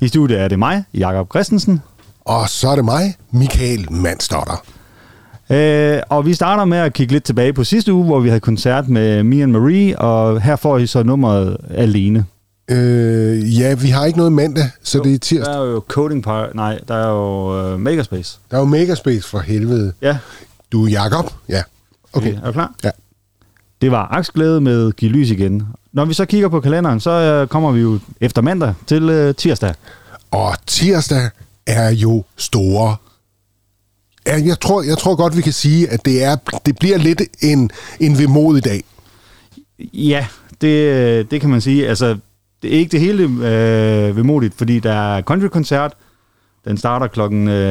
I studiet er det mig, Jakob Christensen. Og så er det mig, Michael Mandsdotter. Og vi starter med at kigge lidt tilbage på sidste uge, hvor vi havde koncert med Me and Marie, og her får I så nummeret Alene. Ja, vi har ikke noget mandag, så det er tirsdag. Der er jo Coding Part, nej, der er jo Makerspace. Der er jo Makerspace for helvede. Ja. Du er Jakob? Ja. Okay. Er du klar? Ja. Det var Aksglæde med Giv lys igen. Når vi så kigger på kalenderen, så kommer vi jo efter mandag til tirsdag. Og tirsdag er jo store. Jeg tror godt, vi kan sige, at det bliver lidt en vemodig dag. Ja, det kan man sige. Altså, det er ikke det hele vemodigt, fordi der er countrykoncert. Den starter kl. 19.30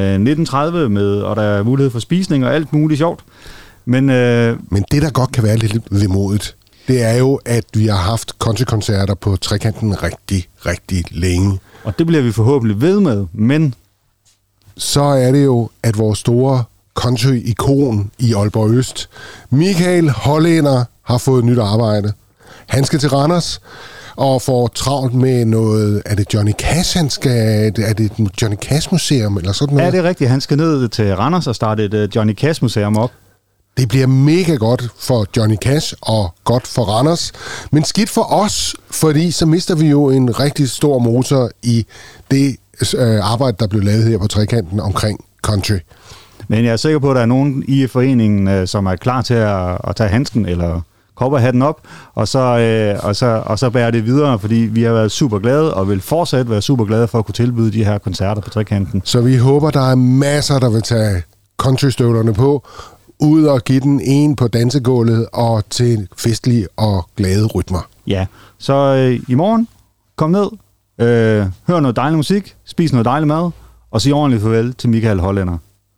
og der er mulighed for spisning og alt muligt sjovt. Men det, der godt kan være lidt vemodigt, det er jo, at vi har haft countrykoncerter på Trekanten rigtig, rigtig længe. Og det bliver vi forhåbentlig ved med, men så er det jo, at vores store country-ikon i Aalborg Øst, Michael Hollænder, har fået nyt arbejde. Han skal til Randers og får travlt med noget. Er det Johnny Cash, er det et Johnny Cash museum eller sådan noget? Ja, det er rigtigt. Han skal ned til Randers og starte et Johnny Cash museum op. Det bliver mega godt for Johnny Cash og godt for Randers. Men skidt for os, fordi så mister vi jo en rigtig stor motor i det arbejde, der blev lavet her på Trekanten omkring country. Men jeg er sikker på, at der er nogen i foreningen, som er klar til at tage handsken eller cowboyhatten op, og så bærer det videre, fordi vi har været super glade og vil fortsat være super glade for at kunne tilbyde de her koncerter på Trekanten. Så vi håber, der er masser, der vil tage countrystøvlerne på, ud og give den en på dansegulvet og til festlige og glade rytmer. Ja, så i morgen, kom ned, hør noget dejlig musik, spis noget dejlig mad, og sig ordentligt farvel til Michael Hollænder.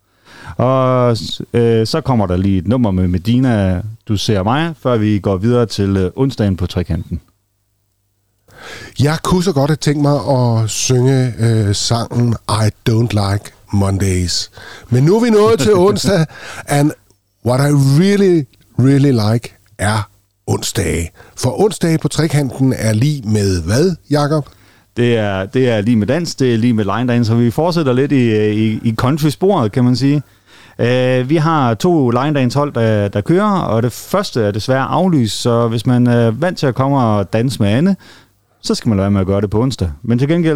Og så kommer der lige et nummer med Medina, Du ser mig, før vi går videre til onsdagen på Trekanten. Jeg kunne så godt have tænkt mig at synge sangen I Don't Like Mondays. Men nu er vi nået til onsdag, and what I really, really like er onsdage. For onsdage på Trekanten er lige med hvad, Jakob? Det er lige med dans, det er lige med line dance, så vi fortsætter lidt i country-sporet, kan man sige. Vi har 2 line dance hold, der kører, og det første er desværre aflyst, så hvis man er vant til at komme og danse med Anne, så skal man lade være med at gøre det på onsdag. Men til gengæld,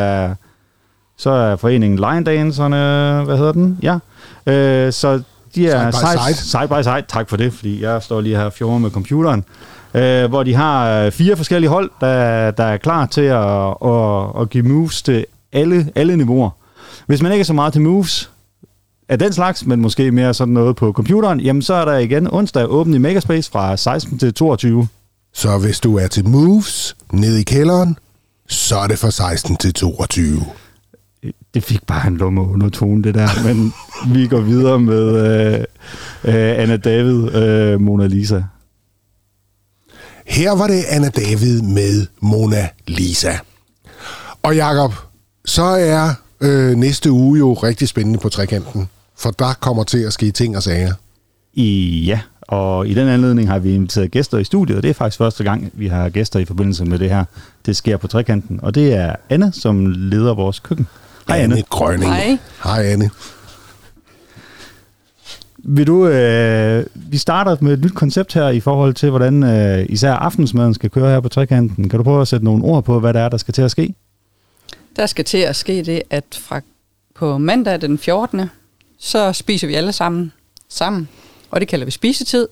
så er foreningen Line Dancerne, hvad hedder den? Ja. Så de er side by side. Tak for det, fordi jeg står lige her og fjorder med computeren. Hvor de har 4 forskellige hold, der er klar til at give moves til alle niveauer. Hvis man ikke er så meget til moves af den slags, men måske mere sådan noget på computeren, jamen så er der igen onsdag åbent i Makerspace fra 16 til 22. Så hvis du er til moves ned i kælderen, så er det fra 16 til 22. Det fik bare en lumme undertone, det der, men vi går videre med Anna David, Mona Lisa. Her var det Anna David med Mona Lisa. Og Jakob, så er næste uge jo rigtig spændende på Trekanten, for der kommer til at ske ting og sager. Ja, og i den anledning har vi inviteret gæster i studiet, og det er faktisk første gang, vi har gæster i forbindelse med det her. Det sker på Trekanten, og det er Anne, som leder vores køkken. Hej Anne. Grønning. Hej. Hej Anne. Vil du, vi starter med et nyt koncept her i forhold til, hvordan især aftensmaden skal køre her på Trekanten. Kan du prøve at sætte nogle ord på, hvad det er, der skal til at ske? Der skal til at ske det, at på mandag den 14. så spiser vi alle sammen, og det kalder vi spisetid.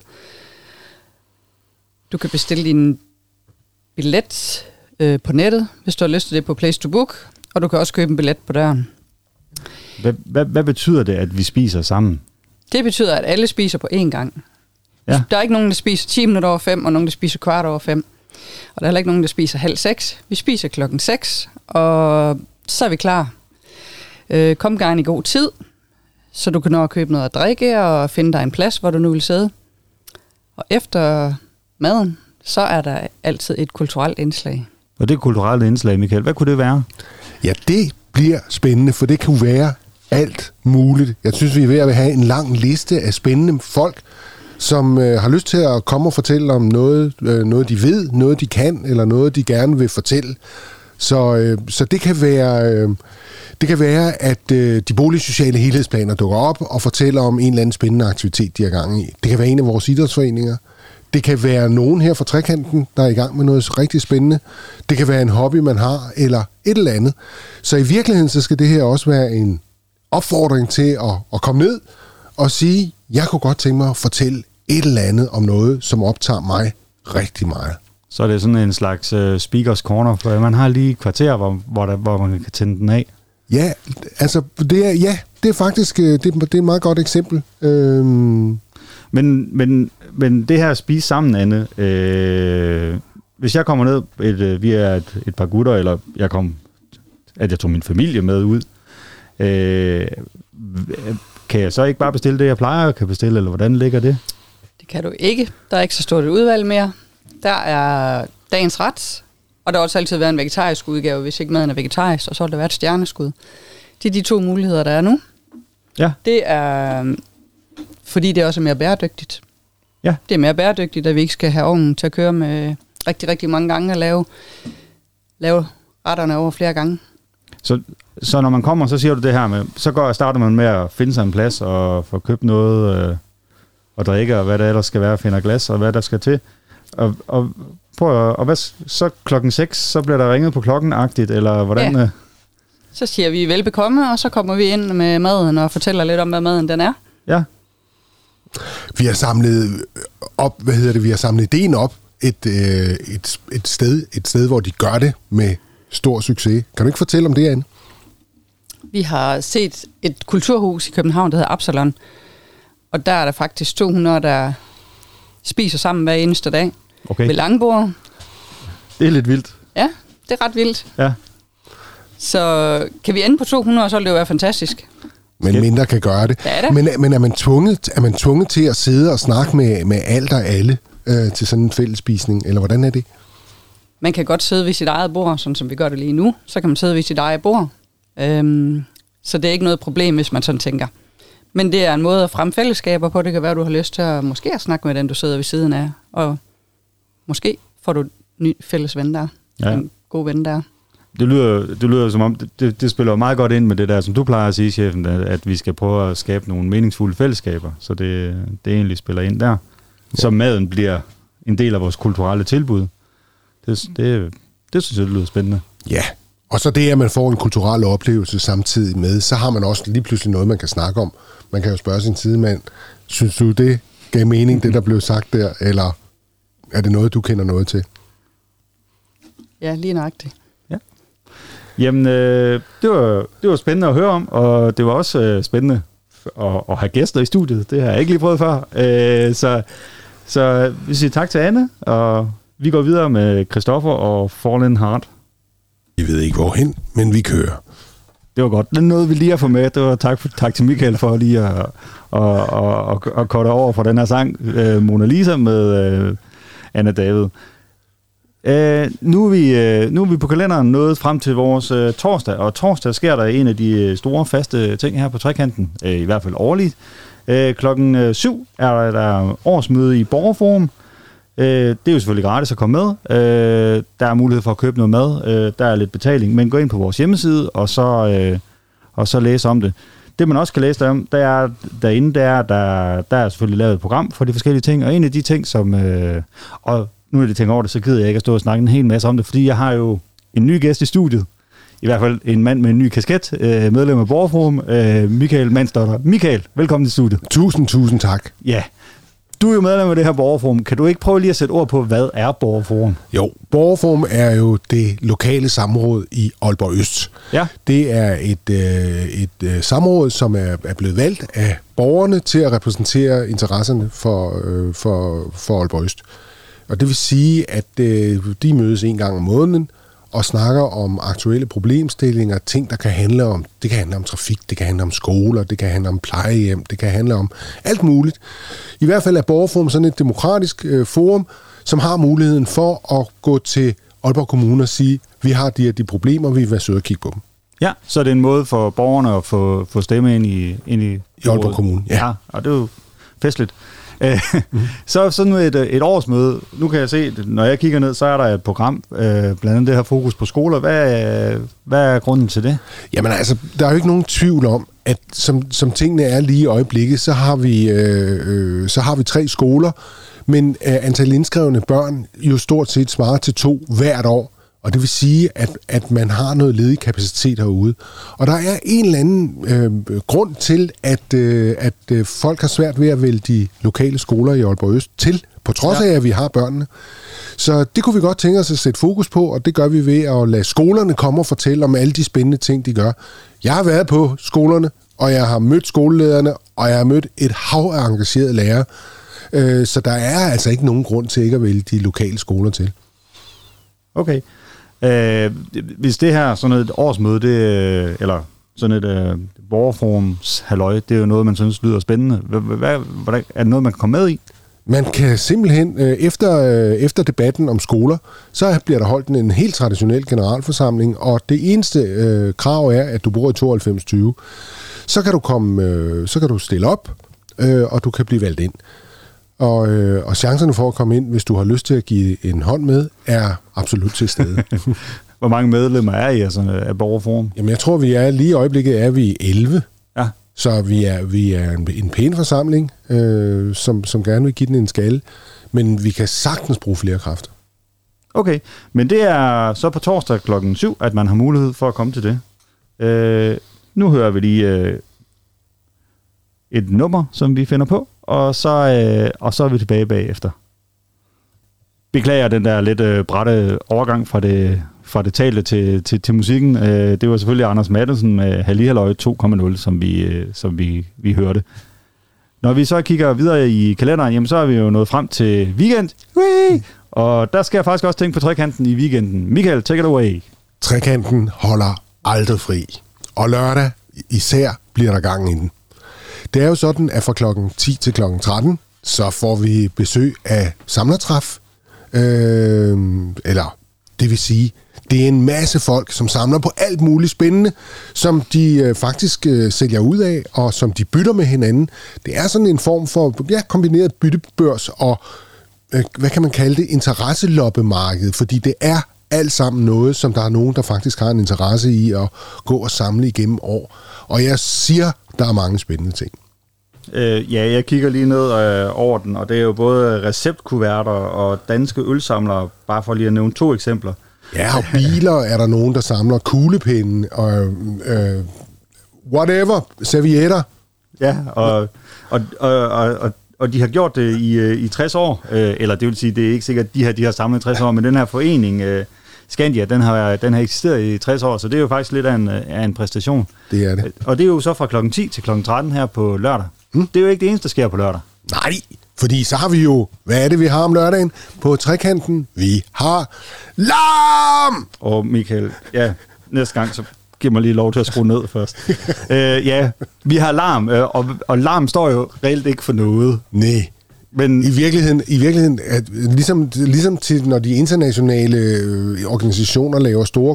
Du kan bestille din billet på nettet, hvis du har lyst til det på Place to Book, og du kan også købe en billet på døren. Hvad betyder det, at vi spiser sammen? Det betyder, at alle spiser på én gang. Ja. Der er ikke nogen, der spiser 10 minutter over 5, og nogen, der spiser kvart over 5. Og der er heller ikke nogen, der spiser 5:30. Vi spiser klokken 6, og så er vi klar. Kom gerne i god tid, så du kan nå at købe noget at drikke, og finde dig en plads, hvor du nu vil sidde. Og efter maden, så er der altid et kulturelt indslag. Og det kulturelle indslag, Michael, hvad kunne det være? Ja, det bliver spændende, for det kan være alt muligt. Jeg synes, vi er ved at have en lang liste af spændende folk, som har lyst til at komme og fortælle om noget de ved, noget de kan, eller noget de gerne vil fortælle Så det kan være... Det kan være, at de boligsociale helhedsplaner dukker op og fortæller om en eller anden spændende aktivitet, de er gang i. Det kan være en af vores idrætsforeninger. Det kan være nogen her fra Trekanten, der er i gang med noget rigtig spændende. Det kan være en hobby, man har, eller et eller andet. Så i virkeligheden, så skal det her også være en opfordring til at komme ned og sige, jeg kunne godt tænke mig at fortælle et eller andet om noget, som optager mig rigtig meget. Så er det sådan en slags speakers corner, for man har lige et kvarter, hvor man kan tænde den af. Ja, altså det er faktisk det er et meget godt eksempel. Men det her at spise sammen, Anne, hvis jeg kommer ned, vi er et par gutter, eller jeg tog min familie med ud, kan jeg så ikke bare bestille det, jeg plejer at kan bestille, eller hvordan ligger det? Det kan du ikke. Der er ikke så stort et udvalg mere. Der er dagens ret, og der har også altid været en vegetarisk udgave, hvis ikke maden er vegetarisk, og så har der været et stjerneskud. Det er de 2 muligheder, der er nu. Ja. Det er, fordi det også er mere bæredygtigt. Ja. Det er mere bæredygtigt, at vi ikke skal have ovnen til at køre med rigtig, rigtig mange gange og lave retterne over flere gange. Så når man kommer, så siger du det her med, så starter man med at finde sig en plads og få købt noget og drikke, og hvad der ellers skal være, finder glas og hvad der skal til. Og hvad, så 6:00, så bliver der ringet på klokken-agtigt, eller hvordan? Ja. Så siger vi velbekomme, og så kommer vi ind med maden og fortæller lidt om, hvad maden den er. Ja. Vi har samlet op, vi har samlet ideen op et sted, hvor de gør det med stor succes. Kan du ikke fortælle om det, Anne? Vi har set et kulturhus i København, der hedder Absalon, og der er der faktisk 200, der spiser sammen hver eneste dag. Okay. Ved langbord. Det er lidt vildt. Ja, det er ret vildt. Ja. Så kan vi ende på 200, så vil det jo være fantastisk. Men mindre kan gøre det. Ja, men er man tvunget til at sidde og snakke med alt og alle til sådan en fællesspisning, eller hvordan er det? Man kan godt sidde ved sit eget bord, sådan som vi gør det lige nu. Så kan man sidde ved sit eget bord. Så det er ikke noget problem, hvis man sådan tænker. Men det er en måde at fremme fællesskaber på. Det kan være, at du har lyst til at måske at snakke med den, du sidder ved siden af. Og måske får du en ny fælles ven der. Ja. En god ven der. Det lyder som om, det spiller meget godt ind med det der, som du plejer at sige, chefen, at vi skal prøve at skabe nogle meningsfulde fællesskaber. Så det egentlig spiller ind der. Ja. Så maden bliver en del af vores kulturelle tilbud. Det synes jeg, det lyder spændende. Ja, og så det, at man får en kulturel oplevelse samtidig med, så har man også lige pludselig noget, man kan snakke om. Man kan jo spørge sin sidemand, synes du, det gav mening, det der blev sagt der, eller er det noget, du kender noget til? Ja, lige nøjagtigt. Ja. Jamen, det var spændende at høre om, og det var også spændende at have gæster i studiet. Det har jeg ikke lige prøvet før. Så vi siger tak til Anne, og vi går videre med Christoffer og Fallen Heart. Vi ved ikke hvorhen, men vi kører. Det var godt. Det er noget, vi lige har fået med. Det var tak til Michael for lige at korte over for den her sang, Mona Lisa med Anna David. Nu er vi på kalenderen nået frem til vores torsdag, og torsdag sker der en af de store faste ting her på Trekanten, i hvert fald årligt. 7:00 er der årsmøde i Borgerforum. Det er jo selvfølgelig gratis at komme med. Der er mulighed for at købe noget mad. Der er lidt betaling, men gå ind på vores hjemmeside, og så læse om det. Det man også kan læse om, derinde, der er selvfølgelig lavet et program for de forskellige ting, og en af de ting, som... og nu er det tænkt over det, så gider jeg ikke at stå og snakke en hel masse om det, fordi jeg har jo en ny gæst i studiet. I hvert fald en mand med en ny kasket, medlem af Borgerforum, Michael Mansdotter. Michael, velkommen til studiet. Tusind tak. Ja. Du er jo medlem af det her Borgerforum. Kan du ikke prøve lige at sætte ord på, hvad er Borgerforum? Jo, Borgerforum er jo det lokale samråd i Aalborg Øst. Ja. Det er et samråd, som er blevet valgt af borgerne til at repræsentere interesserne for Aalborg Øst. Og det vil sige, at de mødes en gang om måneden og snakker om aktuelle problemstillinger, ting, der kan handle om, det kan handle om trafik, det kan handle om skoler, det kan handle om plejehjem, det kan handle om alt muligt. I hvert fald er Borgerforum sådan et demokratisk forum, som har muligheden for at gå til Aalborg Kommune og sige, vi har de problemer, vi vil være søde at kigge på dem. Ja, så er det en måde for borgerne at få stemme ind i Aalborg Kommune. Ja, og det er jo festligt. Så sådan et årsmøde, nu kan jeg se, når jeg kigger ned, så er der et program, blandt andet det her fokus på skoler. Hvad er grunden til det? Jamen altså, der er jo ikke nogen tvivl om, at som tingene er lige i øjeblikket, så har vi 3 skoler, men antal indskrevne børn jo stort set svarer til 2 hvert år. Og det vil sige, at man har noget ledig kapacitet herude. Og der er en eller anden grund til, at folk har svært ved at vælge de lokale skoler i Aalborg Øst til, på trods af, at vi har børnene. Så det kunne vi godt tænke os at sætte fokus på, og det gør vi ved at lade skolerne komme og fortælle om alle de spændende ting, de gør. Jeg har været på skolerne, og jeg har mødt skolelederne, og jeg har mødt et hav af engagerede lærere. Så der er altså ikke nogen grund til ikke at vælge de lokale skoler til. Okay. Hvis det her sådan et årsmøde, eller sådan et borgerforums halløj, det er jo noget, man synes lyder spændende. Hvordan, er det noget, man kan komme med i? Man kan simpelthen, efter debatten om skoler, så bliver der holdt en helt traditionel generalforsamling, og det eneste krav er, at du bor i 9220. Så kan du stille op, og du kan blive valgt ind. Og chancerne for at komme ind, hvis du har lyst til at give en hånd med, er absolut til stede. Hvor mange medlemmer er I af borgerforum? Jamen, jeg tror, lige i øjeblikket er vi 11. Ja. Så vi er en pæn forsamling, som gerne vil give den en skalle, men vi kan sagtens bruge flere kræfter. Okay, men det er så på torsdag 7:00, at man har mulighed for at komme til det. Nu hører vi lige et nummer, som vi finder på, og så er vi tilbage bagefter. Beklager den der lidt bratte overgang fra det talte til musikken. Det var selvfølgelig Anders Matthesen med Halli Halløj 2.0, som vi hørte. Når vi så kigger videre i kalenderen, jamen, så er vi jo nået frem til weekend. Whee! Og der skal jeg faktisk også tænke på trekanten i weekenden. Michael, take it away. Trekanten holder aldrig fri. Og lørdag især bliver der gang i den. Det er jo sådan, at fra klokken 10 til klokken 13, så får vi besøg af samlertræf. Eller det vil sige, det er en masse folk, som samler på alt muligt spændende, som de faktisk sælger ud af, og som de bytter med hinanden. Det er sådan en form for kombineret byttebørs og, hvad kan man kalde det, interesseloppemarked, fordi det er alt sammen noget, som der er nogen, der faktisk har en interesse i at gå og samle igennem år. Og jeg siger, der er mange spændende ting. Ja, jeg kigger lige ned over den, og det er jo både receptkuverter og danske ølsamlere, bare for lige at nævne 2 eksempler. Ja, og biler er der nogen, der samler, kuglepinde og whatever, servietter. Ja, og de har gjort det i 60 år, eller det vil sige, det er ikke sikkert, at de har samlet 60 år, men den her forening, Scandia, den har eksisteret i 60 år, så det er jo faktisk lidt af en præstation. Det er det. Og det er jo så fra klokken 10 til klokken 13 her på lørdag. Det er jo ikke det eneste, der sker på lørdag. Nej, fordi så har vi jo, hvad er det, vi har om lørdagen? På trekanten, vi har larm! Og Michael, ja, næste gang, så giv mig lige lov til at skrue ned først. Ja, vi har larm, og larm står jo reelt ikke for noget. Nej. Men i virkeligheden ligesom til, når de internationale organisationer laver store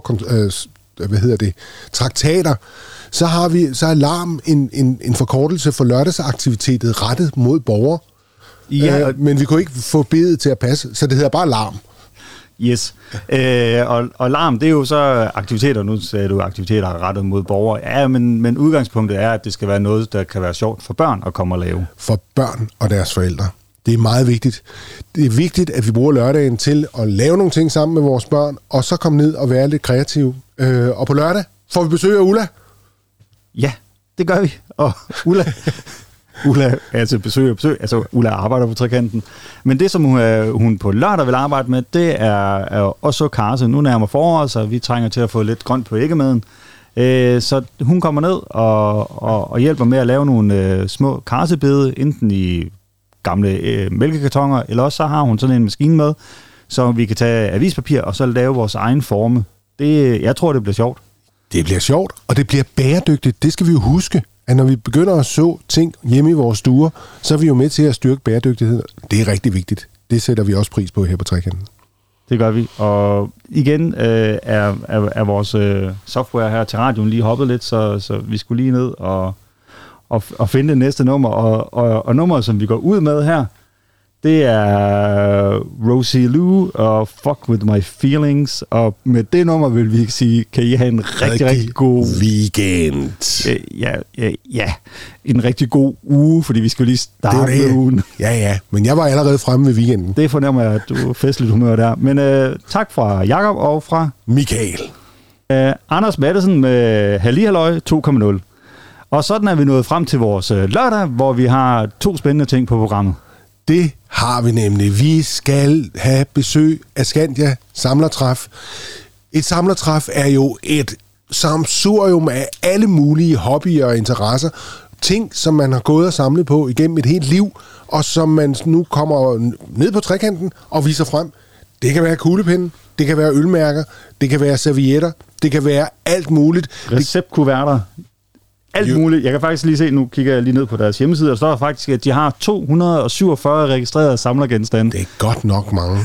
traktater, så er larm en forkortelse for lørdagsaktivitetet rettet mod borgere. Ja. Men vi kunne ikke få bedet til at passe, så det hedder bare larm. Yes. Og larm, det er jo så aktiviteter, nu sagde du aktiviteter rettet mod borgere. Ja, men udgangspunktet er, at det skal være noget, der kan være sjovt for børn at komme og lave. For børn og deres forældre. Det er meget vigtigt. Det er vigtigt, at vi bruger lørdagen til at lave nogle ting sammen med vores børn, og så komme ned og være lidt kreative. Og på lørdag får vi besøg af Ulla. Ja, det gør vi. Og Ulla er til besøg. Altså, Ulla arbejder på trekanten. Men det, som hun på lørdag vil arbejde med, det er også karse. Nu nærmer foråret, så vi trænger til at få lidt grønt på æggemaden. Så hun kommer ned og hjælper med at lave nogle små karsebede, enten i gamle mælkekartoner, eller også så har hun sådan en maskine med, så vi kan tage avispapir og så lave vores egen forme. Jeg tror, det bliver sjovt. Det bliver sjovt, og det bliver bæredygtigt. Det skal vi jo huske, at når vi begynder at så ting hjemme i vores stuer, så er vi jo med til at styrke bæredygtigheden. Det er rigtig vigtigt. Det sætter vi også pris på her på trekanten. Det gør vi. Og igen er vores software her til radioen lige hoppet lidt, så vi skulle lige ned at finde det næste nummer. Og nummeret, som vi går ud med her, det er Rosie Lou og Fuck With My Feelings. Og med det nummer vil vi sige, kan I have en rigtig god weekend. Ja, en rigtig god uge, fordi vi skal jo lige starte med ugen. Ja, men jeg var allerede fremme ved weekenden. Det fornemmer jeg, at du er festligt humør der. Men tak fra Jakob og fra Michael. Anders Mattesen med Halli Halløj 2.0. Og sådan er vi nået frem til vores lørdag, hvor vi har 2 spændende ting på programmet. Det har vi nemlig. Vi skal have besøg af Skandia Samlertræf. Et samlertræf er jo et sammensurium af alle mulige hobbyer og interesser. Ting, som man har gået og samlet på igennem et helt liv, og som man nu kommer ned på trekanten og viser frem. Det kan være kuglepinden, det kan være ølmærker, det kan være servietter, det kan være alt muligt. Receptkuverter. Alt muligt. Jeg kan faktisk lige se, nu kigger jeg lige ned på deres hjemmeside, og der står faktisk, at de har 247 registrerede samlergenstande. Det er godt nok mange.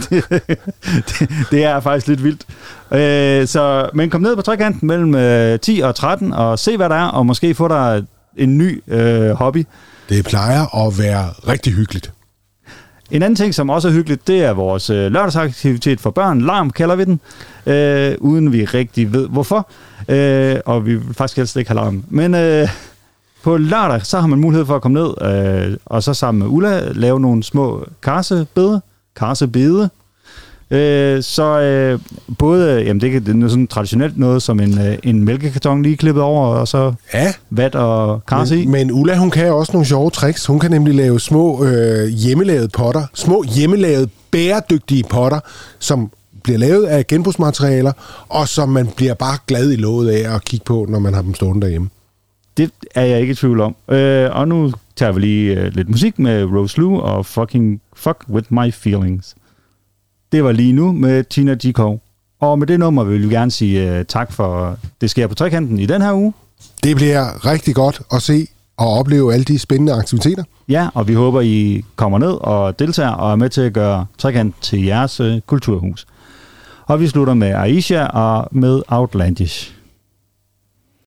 det er faktisk lidt vildt. Men kom ned på trekanten mellem 10 og 13 og se, hvad der er, og måske få dig en ny hobby. Det plejer at være rigtig hyggeligt. En anden ting, som også er hyggeligt, det er vores lørdagsaktivitet for børn. Larm kalder vi den, uden vi rigtig ved hvorfor. Og vi vil faktisk helst ikke have larm. Men på lørdag, så har man mulighed for at komme ned, og så sammen med Ulla lave nogle små karsebede. Både, jamen det er sådan traditionelt noget som en mælkekarton lige klippet over, og så vat og karse i. Men Ulla, hun kan også nogle sjove tricks. Hun kan nemlig lave små hjemmelavede potter. Små hjemmelavede bæredygtige potter, som bliver lavet af genbrugsmaterialer, og som man bliver bare glad i låget af at kigge på, når man har dem stående derhjemme. Det er jeg ikke i tvivl om. Og nu tager vi lige lidt musik med Rose Lou og Fuck With My Feelings. Det var lige nu med Tina Dickow. Og med det nummer vil vi gerne sige tak for det sker på trekanten i den her uge. Det bliver rigtig godt at se og opleve alle de spændende aktiviteter. Ja, og vi håber, I kommer ned og deltager og er med til at gøre trekanten til jeres kulturhus. Og vi slutter med Aisha og med Outlandish.